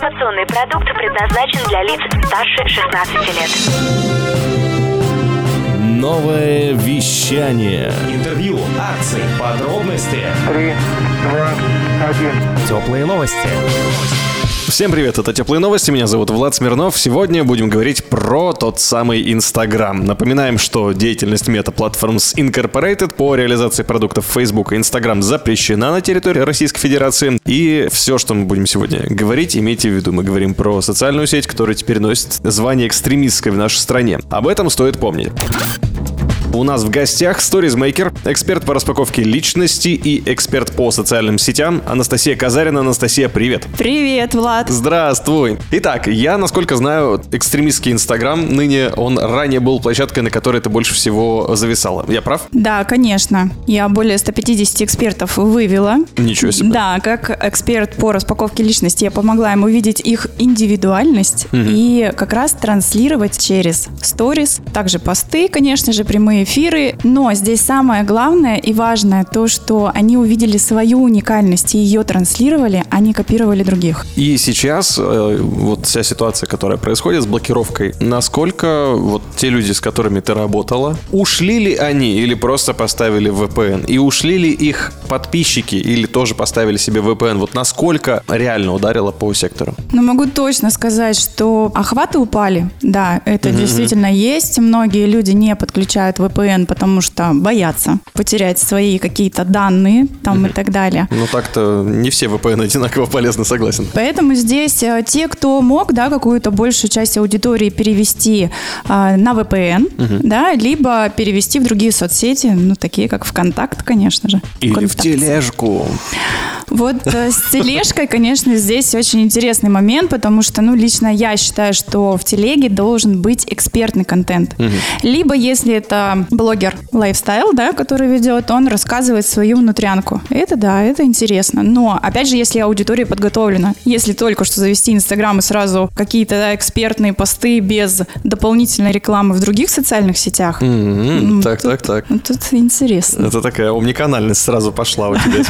Информационный продукт предназначен для лиц старше 16 лет. Новое вещание. Интервью, акции, подробности. 3, 2, 1. Теплые новости. Всем привет, это «Теплые новости», меня зовут Влад Смирнов. Сегодня будем говорить про тот самый Инстаграм. Напоминаем, что деятельность Meta Platforms Incorporated по реализации продуктов Facebook и Instagram запрещена на территории Российской Федерации. И все, что мы будем сегодня говорить, имейте в виду, мы говорим про социальную сеть, которая теперь носит звание экстремистской в нашей стране. Об этом стоит помнить. У нас в гостях сторизмейкер, эксперт по распаковке личности и эксперт по социальным сетям Анастасия Казарина. Анастасия, привет. Привет, Влад. Здравствуй. Итак, я, насколько знаю, экстремистский Инстаграм, ныне он ранее был площадкой, на которой ты больше всего зависала. Я прав? Да, конечно. Я более 150 экспертов вывела. Ничего себе. Да, как эксперт по распаковке личности я помогла им увидеть их индивидуальность и как раз транслировать через сторис, также посты, конечно же, прямые эфиры, но здесь самое главное и важное то, что они увидели свою уникальность и ее транслировали, а не копировали других. И сейчас вот вся ситуация, которая происходит с блокировкой, насколько вот те люди, с которыми ты работала, ушли ли они или просто поставили VPN? И ушли ли их подписчики или тоже поставили себе VPN? Вот насколько реально ударило по сектору? Но могу точно сказать, что охваты упали. Да, это действительно есть. Многие люди не подключают VPN, потому что боятся потерять свои какие-то данные там и так далее. Ну так-то не все VPN одинаково полезны, согласен. Поэтому здесь те, кто мог, да, какую-то большую часть аудитории перевести на VPN, да, либо перевести в другие соцсети, ну такие как ВКонтакт, конечно же. Или в тележку. Вот с тележкой, конечно, здесь очень интересный момент, потому что, ну, лично я считаю, что в телеге должен быть экспертный контент. Либо, если это блогер лайфстайл, да, который ведет, он рассказывает свою внутрянку. Это да, это интересно. Но, опять же, если аудитория подготовлена, если только что завести Инстаграм и сразу какие-то, да, экспертные посты без дополнительной рекламы в других социальных сетях. Так. Тут интересно. Это такая омниканальность сразу пошла у тебя.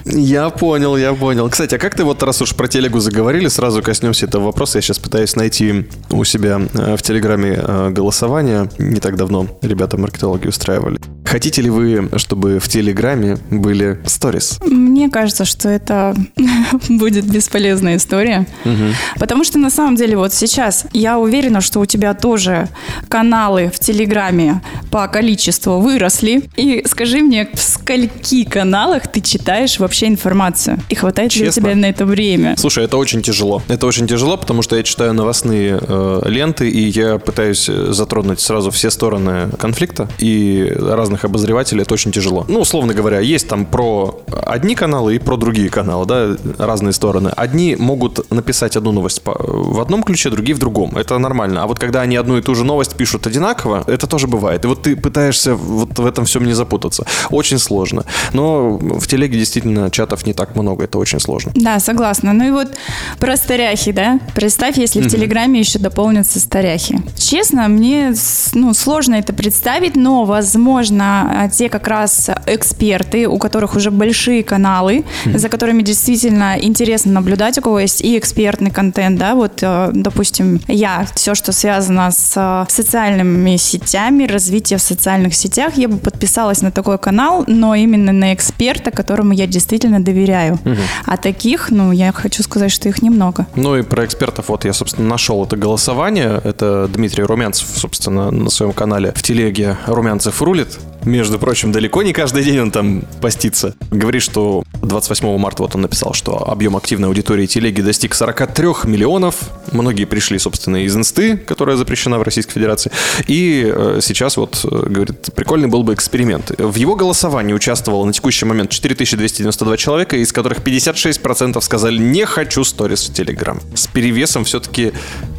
Я понял. Кстати, а как ты вот, раз уж про телегу заговорили, сразу коснемся этого вопроса. Я сейчас пытаюсь найти у себя в Телеграме голосование. Не так давно ребята-маркетологи устраивали. Хотите ли вы, чтобы в Телеграме были сторис? Мне кажется, что это будет бесполезная история. Потому что на самом деле вот сейчас я уверена, что у тебя тоже каналы в Телеграме по количеству выросли. И скажи мне, в скольки каналах ты читаешь вообще информацию? И хватает ли у тебя на это время? Слушай, это очень тяжело. Потому что я читаю новостные ленты, и я пытаюсь затронуть сразу все стороны конфликта и разных обозревателей. Это очень тяжело. Ну, условно говоря, есть там про одни каналы и про другие каналы, да, разные стороны. Одни могут написать одну новость в одном ключе, другие в другом. Это нормально. А вот когда они одну и ту же новость пишут одинаково, это тоже бывает. И вот ты пытаешься вот в этом всем не запутаться. Очень сложно. Но в телеге действительно чатов не так много, это очень сложно. Да, согласна. Ну и вот про старяхи, да? Представь, если в Телеграме еще дополнятся старяхи. Честно, мне сложно это представить, но, возможно, те как раз эксперты, у которых уже большие каналы, за которыми действительно интересно наблюдать, у кого есть и экспертный контент, да, вот, допустим, все, что связано с социальными сетями, развитие в социальных сетях, я бы подписалась на такой канал, но именно на эксперта, которому я действительно доверяю. А таких, я хочу сказать, что их немного. Ну и про экспертов, вот я, собственно, нашел это голосование. Это Дмитрий Румянцев, собственно, на своем канале в телеге «Румянцев рулит». Между прочим, далеко не каждый день он там постится. Говорит, что 28 марта вот он написал, что объем активной аудитории телеги достиг 43 миллионов. Многие пришли, собственно, из Инсты, которая запрещена в Российской Федерации. И сейчас вот, говорит, прикольный был бы эксперимент. В его голосовании участвовало на текущий момент 4292 человека, из которых 56% сказали «не хочу сторис в Телеграм». С перевесом все-таки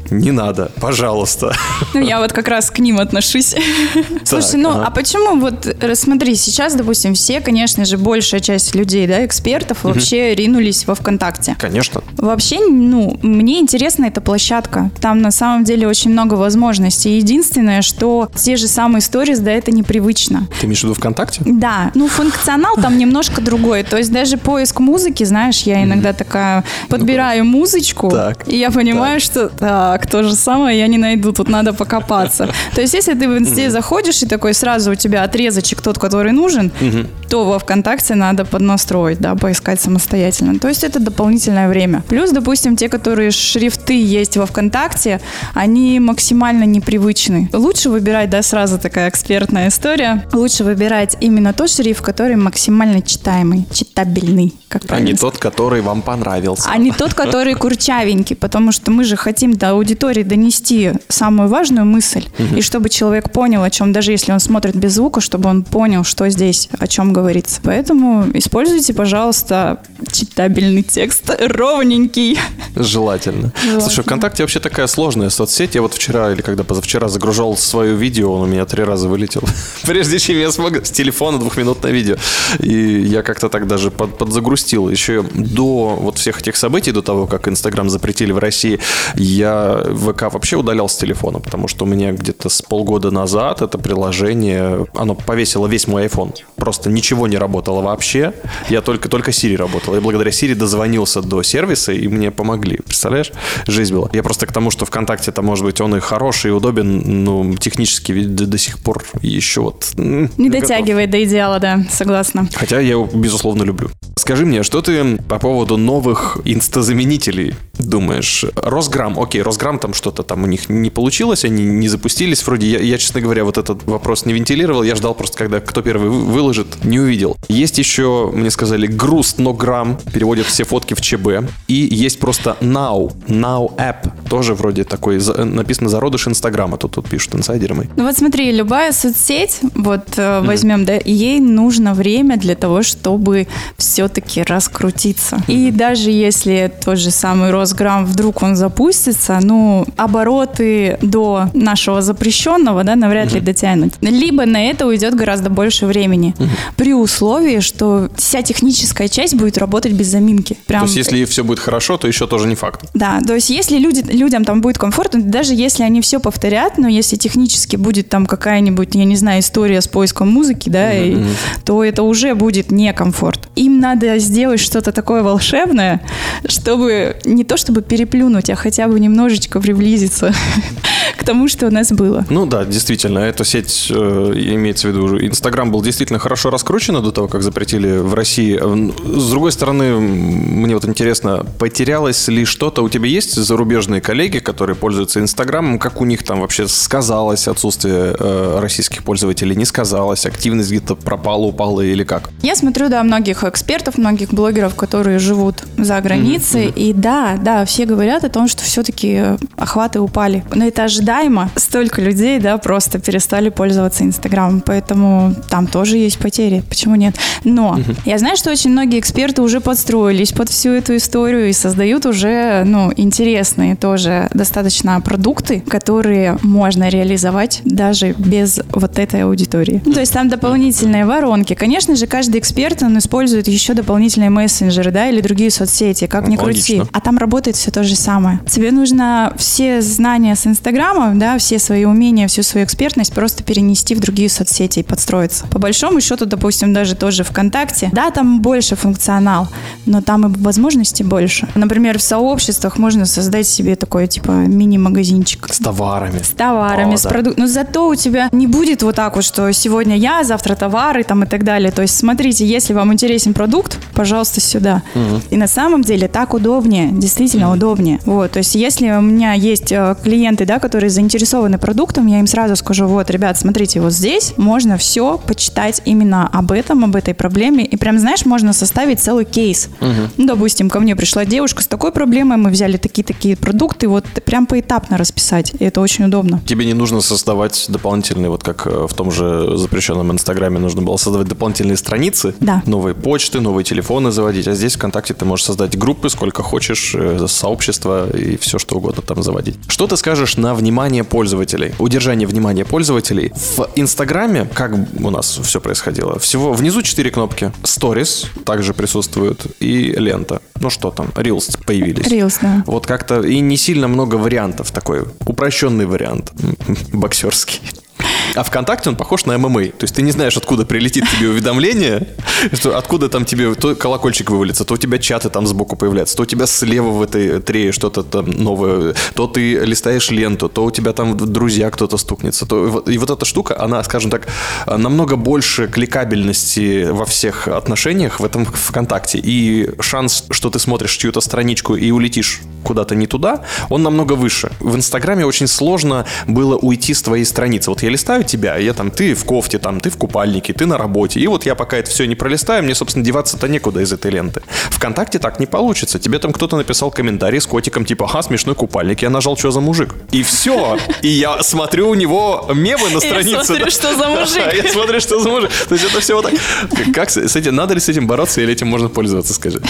не надо, пожалуйста. Ну, я вот как раз к ним отношусь. Слушай, а почему вот, смотри, сейчас, допустим, все, конечно же, большая часть людей, да, экспертов вообще ринулись во ВКонтакте. Конечно. Вообще, мне интересна эта площадка. Там на самом деле очень много возможностей. Единственное, что те же самые сторис, да, это непривычно. Ты имеешь в виду ВКонтакте? Да, функционал там немножко другой. То есть даже поиск музыки, знаешь, я иногда такая подбираю музычку, и я понимаю, что то же самое я не найду, тут надо покопаться. То есть если ты в инсте заходишь и такой сразу у тебя отрезочек тот, который нужен, то во ВКонтакте надо поднастроить, да, поискать самостоятельно. То есть это дополнительное время. Плюс, допустим, те, которые шрифты есть во ВКонтакте, они максимально непривычны. Лучше выбирать, да, сразу такая экспертная история, лучше выбирать именно тот шрифт, который максимально читаемый, читабельный, как правильно. А не тот, который вам понравился. А не тот, который курчавенький, потому что мы же хотим до аудитории донести самую важную мысль, и чтобы человек понял, о чем, даже если он смотрит без звука, чтобы он понял, что здесь, о чем говорится. Поэтому используйте, пожалуйста, читабельный текст, ровненький. Желательно. Слушай, ВКонтакте вообще такая сложная соцсеть. Я вот вчера или когда позавчера загружал свое видео, он у меня 3 раза вылетел. Прежде чем я смог с телефона 2-минутное видео. И я как-то так даже подзагрустил. Еще до вот всех этих событий, до того, как Инстаграм запретили в России, я ВК вообще удалял с телефона, потому что у меня где-то с полгода назад это приложение, оно повесило весь мой iPhone. Просто ничего не работало вообще. Я только Siri работал. Я благодаря Siri дозвонился до сервиса, и мне помогли. Представляешь? Жизнь была. Я просто к тому, что ВКонтакте-то, может быть, он и хороший, и удобен, но технически до сих пор еще вот... Не дотягивает до идеала, да, согласна. Хотя я его, безусловно, люблю. Скажи мне, что ты по поводу новых инстазаменителей думаешь? Росграм, окей, Росграм там что-то там у них не получилось, они не запустились вроде. Я, честно говоря, вот этот вопрос не вентилировал, я ждал просто, когда кто первый выложит, не увидел. Есть еще, мне сказали, Грустнограм, переводят все фотки в ЧБ, и есть просто Now App, тоже вроде такой, написано зародыш Инстаграма, тут пишут инсайдеры мои. Ну вот смотри, любая соцсеть, вот возьмем, да, ей нужно время для того, чтобы все-таки раскрутиться. И даже если тот же самый Росграм вдруг он запустится, обороты до нашего запрещенного, да, навряд ли дотянут. Либо на это уйдет гораздо больше времени. При условии, что вся техническая часть будет работать без заминки. То есть, если все будет хорошо, то еще тоже не факт. Да, то есть, если людям там будет комфортно, даже если они все повторят, но если технически будет там какая-нибудь, я не знаю, история с поиском музыки, да, то это уже будет некомфорт. Им надо сделать что-то такое волшебное, чтобы не то чтобы переплюнуть, а хотя бы немножечко приблизиться к тому, что у нас было. Ну да, действительно, эта сеть, имеется в виду, Инстаграм был действительно хорошо раскручен до того, как запретили в России. С другой стороны, мне вот интересно, потерялось ли что-то? У тебя есть зарубежные коллеги, которые пользуются Инстаграмом? Как у них там вообще сказалось отсутствие российских пользователей? Не сказалось? Активность где-то пропала, упала или как? Я смотрю, да, многих экспертов, многих блогеров, которые живут за границей. И да, все говорят о том, что все-таки охваты упали. Но это ожидаемо. Столько людей, да, просто перестали пользоваться Инстаграмом. Поэтому там тоже есть потери. Почему нет? Но я знаю, что очень многие эксперты уже подстроились под всю эту историю и создают уже, интересные тоже достаточно продукты, которые можно реализовать даже без вот этой аудитории. То есть там дополнительные воронки. Конечно же, каждый эксперт, он использует еще дополнительные мессенджеры, да, или другие соцсети, как ни крути. А там работает все то же самое. Тебе нужно все знания с Инстаграма, да, все свои умения, всю свою экспертность просто перенести в другие соцсети и подстроиться. По большому счету, допустим, даже тоже ВКонтакте, да, там больше функционал, но там и возможностей больше. Например, в сообществах можно создать себе такой, типа, мини-магазинчик. С товарами. С товарами, с продуктами. Но зато у тебя не будет вот так вот, что сегодня я, завтра товары там и так далее. То есть, смотрите, если вам интересен продукт, пожалуйста, сюда. И на самом деле так удобнее, действительно удобнее. Вот, то есть, если у меня есть клиенты, да, которые которые заинтересованы продуктом, я им сразу скажу, вот, ребят, смотрите, вот здесь можно все почитать именно об этом, об этой проблеме. И прям, знаешь, можно составить целый кейс. Ну, допустим, ко мне пришла девушка с такой проблемой, мы взяли такие-такие продукты, вот прям поэтапно расписать. И это очень удобно. Тебе не нужно создавать дополнительные, вот как в том же запрещенном Инстаграме нужно было создавать дополнительные страницы, Да. новые почты, новые телефоны заводить, а здесь ВКонтакте ты можешь создать группы, сколько хочешь, сообщества и все, что угодно там заводить. Что ты скажешь на внимание пользователей? Удержание внимания пользователей. В Инстаграме, как у нас все происходило, всего внизу 4 кнопки. Stories также присутствуют и лента. Ну что там, Reels появились. Reels, да. Вот как-то и не сильно много вариантов, такой упрощенный вариант, боксерский. А ВКонтакте он похож на ММА. То есть ты не знаешь, откуда прилетит тебе уведомление, что откуда там тебе то колокольчик вывалится, то у тебя чаты там сбоку появляются, то у тебя слева в этой трее что-то там новое, то ты листаешь ленту, то у тебя там друзья кто-то стукнется. И вот эта штука, она, скажем так, намного больше кликабельности во всех отношениях в этом ВКонтакте. И шанс, что ты смотришь чью-то страничку и улетишь куда-то не туда, он намного выше. В Инстаграме очень сложно было уйти с твоей страницы. Вот я листаю тебя, я там, ты в кофте, там, ты в купальнике, ты на работе. И вот я пока это все не пролистаю, мне, собственно, деваться-то некуда из этой ленты. ВКонтакте так не получится. Тебе там кто-то написал комментарий с котиком, типа, ага, смешной купальник. Я нажал, что за мужик. И все. И я смотрю у него мемы на странице. Я смотрю, что за мужик. Я смотрю, что за мужик. То есть это все вот так. Как с этим, надо ли с этим бороться или этим можно пользоваться, скажи?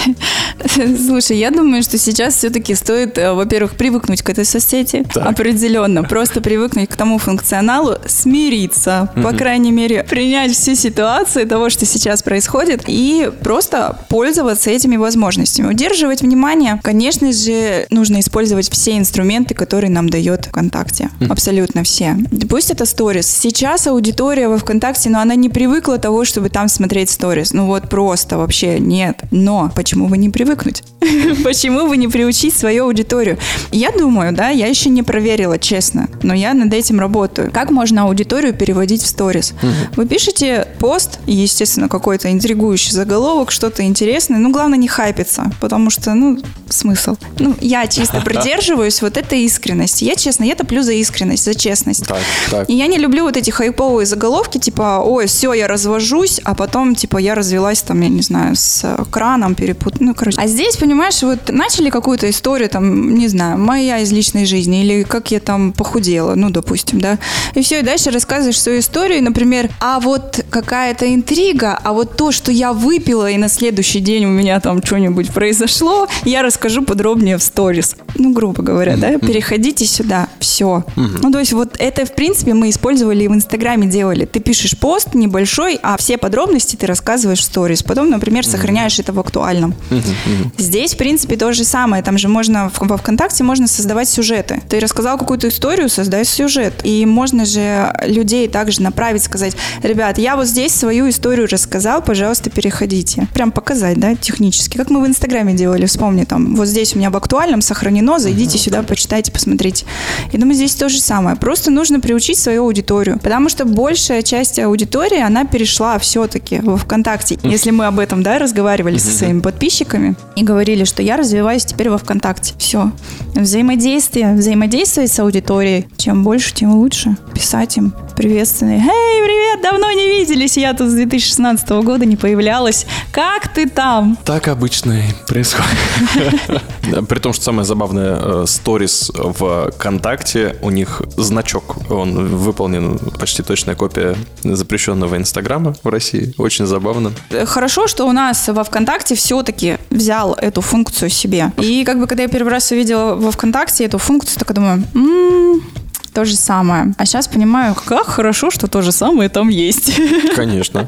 Слушай, я думаю, что сейчас все-таки стоит, во-первых, привыкнуть к этой соцсети. Так. Определенно. Просто привыкнуть к тому функционалу, смириться, по крайней мере, принять все ситуации того, что сейчас происходит, и просто пользоваться этими возможностями. Удерживать внимание, конечно же, нужно использовать все инструменты, которые нам дает ВКонтакте. Абсолютно все. Пусть это сторис. Сейчас аудитория во ВКонтакте, но она не привыкла того, чтобы там смотреть сторис. Ну вот просто вообще нет. Но почему бы не привыкнуть? Почему бы не приучить свою аудиторию? Я думаю, да, я еще не проверила, честно, но я над этим работаю. Как можно аудиторию переводить в сторис? Вы пишете пост, естественно, какой-то интригующий заголовок, что-то интересное, но главное не хайпиться, потому что, смысл. Я чисто придерживаюсь вот этой искренности. Я, честно, я топлю за искренность, за честность. Так. И я не люблю вот эти хайповые заголовки, типа, ой, все, я развожусь, а потом, типа, я развелась, там, я не знаю, с краном перепутала. А здесь, понимаешь, вот начали какую-то историю, там, не знаю, моя из личной жизни, или как я там похудела, допустим, да, и все, и дальше рассказываешь свою историю, например, а вот какая-то интрига, а вот то, что я выпила, и на следующий день у меня там что-нибудь произошло, я расскажу подробнее в сторис. Грубо говоря, да, переходите сюда, все. То есть вот это, в принципе, мы использовали и в Инстаграме делали. Ты пишешь пост небольшой, а все подробности ты рассказываешь в сторис. Потом, например, сохраняешь это в актуальном. Здесь, в принципе, то же самое. Там же можно, во ВКонтакте можно создавать сюжеты. Ты рассказал какую-то историю, создай сюжет. И можно же людей также направить, сказать, ребят, я вот здесь свою историю рассказал, пожалуйста, переходите. Прям показать, да, технически. Как мы в Инстаграме делали, вспомни, там, вот здесь у меня в актуальном сохранено, зайдите сюда, почитайте, посмотрите. Я думаю, здесь то же самое. Просто нужно приучить свою аудиторию, потому что большая часть аудитории, она перешла все-таки во ВКонтакте. Если мы об этом, да, разговаривали со своими подписчиками и говорили, что я развиваюсь теперь во ВКонтакте. Все. Взаимодействовать с аудиторией. Чем больше, тем лучше. Писать им приветственные. Эй, привет, давно не виделись. Я тут с 2016 года не появлялась. Как ты там? Так обычно и происходит. При том, что самое забавное, сторис в ВКонтакте, у них значок, он выполнен почти точная копия запрещенного Инстаграма в России. Очень забавно. Хорошо, что у нас во ВКонтакте все-таки взял эту функцию себе. И когда я первый раз увидела во ВКонтакте эту функцию, так думаю, то же самое. А сейчас понимаю, как хорошо, что то же самое там есть. Конечно.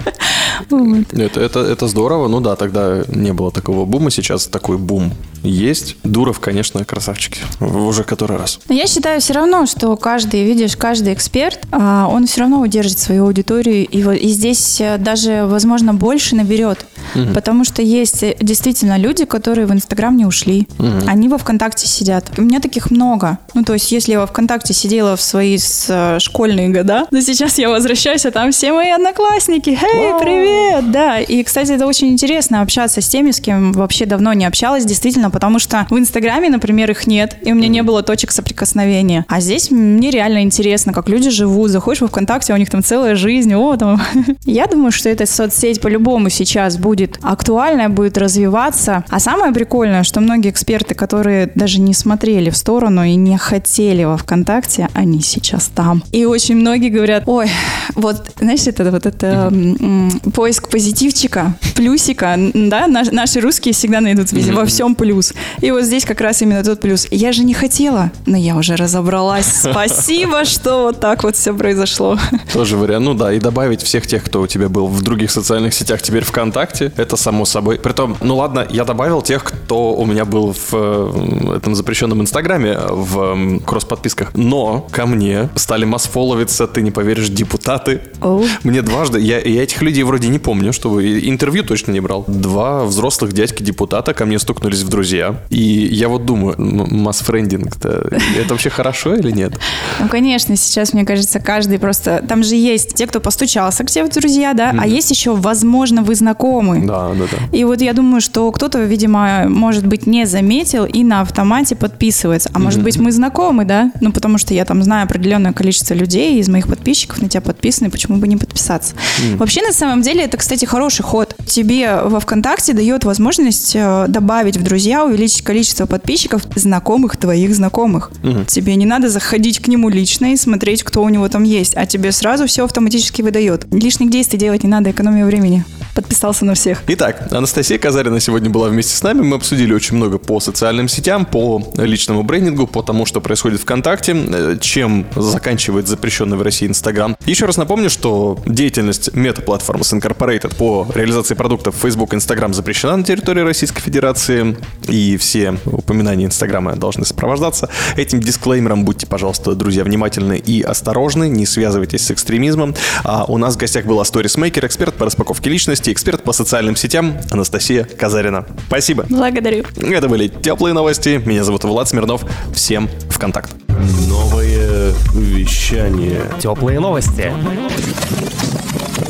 Это здорово. Ну да, тогда не было такого бума. Сейчас такой бум есть. Дуров, конечно, красавчики. Уже который раз. Я считаю все равно, что каждый эксперт, он все равно удержит свою аудиторию. И здесь даже, возможно, больше наберет. Потому что есть действительно люди, которые в Инстаграм не ушли. Они во ВКонтакте сидят. У меня таких много. То есть, если я во ВКонтакте сидела в свои школьные года, то сейчас я возвращаюсь, а там все мои одноклассники. Эй, привет! Да, и, кстати, это очень интересно общаться с теми, с кем вообще давно не общалась. Действительно сложно, потому что в Инстаграме, например, их нет, и у меня не было точек соприкосновения. А здесь мне реально интересно, как люди живут. Заходишь во ВКонтакте, а у них там целая жизнь. Там. Я думаю, что эта соцсеть по-любому сейчас будет актуальна, будет развиваться. А самое прикольное, что многие эксперты, которые даже не смотрели в сторону и не хотели во ВКонтакте, они сейчас там. И очень многие говорят: ой, вот, знаешь, это поиск позитивчика, плюсика, да, наши русские всегда найдут везде, во всем плюс. И вот здесь как раз именно тот плюс. Я же не хотела, но я уже разобралась. Спасибо, что вот так вот все произошло. Тоже вариант. Ну да, и добавить всех тех, кто у тебя был в других социальных сетях, теперь ВКонтакте, это само собой. Притом, ну ладно, я добавил тех, кто у меня был в этом запрещенном Инстаграме, в кросс-подписках, но ко мне стали масфоловиться, ты не поверишь, депутаты. Мне дважды, я этих людей вроде не помню, чтобы интервью точно не брал. 2 взрослых дядьки-депутата ко мне стукнулись в друзья. И я вот думаю, масс-френдинг-то, это вообще хорошо или нет? Ну, конечно, сейчас, мне кажется, каждый просто... Там же есть те, кто постучался к тебе в друзья, да, а есть еще, возможно, вы знакомы. Да. И вот я думаю, что кто-то, видимо, может быть, не заметил и на автомате подписывается. А может быть, мы знакомы, да? Ну, потому что я там знаю определенное количество людей из моих подписчиков на тебя подписаны, почему бы не подписаться? Вообще, на самом деле, это, кстати, хороший ход. Тебе во ВКонтакте дает возможность добавить в друзья, увеличить количество подписчиков знакомых твоих знакомых. Тебе не надо заходить к нему лично и смотреть, кто у него там есть, а тебе сразу все автоматически выдает. Лишних действий делать не надо, экономия времени. Подписался на всех. Итак, Анастасия Казарина сегодня была вместе с нами. Мы обсудили очень много по социальным сетям, по личному брендингу, по тому, что происходит ВКонтакте, чем заканчивает запрещенный в России Инстаграм. Еще раз напомню, что деятельность Meta Platforms Incorporated по реализации продуктов Facebook и Instagram запрещена на территории Российской Федерации, и все упоминания Инстаграма должны сопровождаться этим дисклеймером. Будьте, пожалуйста, друзья, внимательны и осторожны, не связывайтесь с экстремизмом. А у нас в гостях была сторисмейкер, эксперт по распаковке личности, эксперт по социальным сетям Анастасия Казарина. Спасибо. Благодарю. Это были теплые новости. Меня зовут Влад Смирнов. Всем ВКонтакт. Новое вещание. Теплые новости.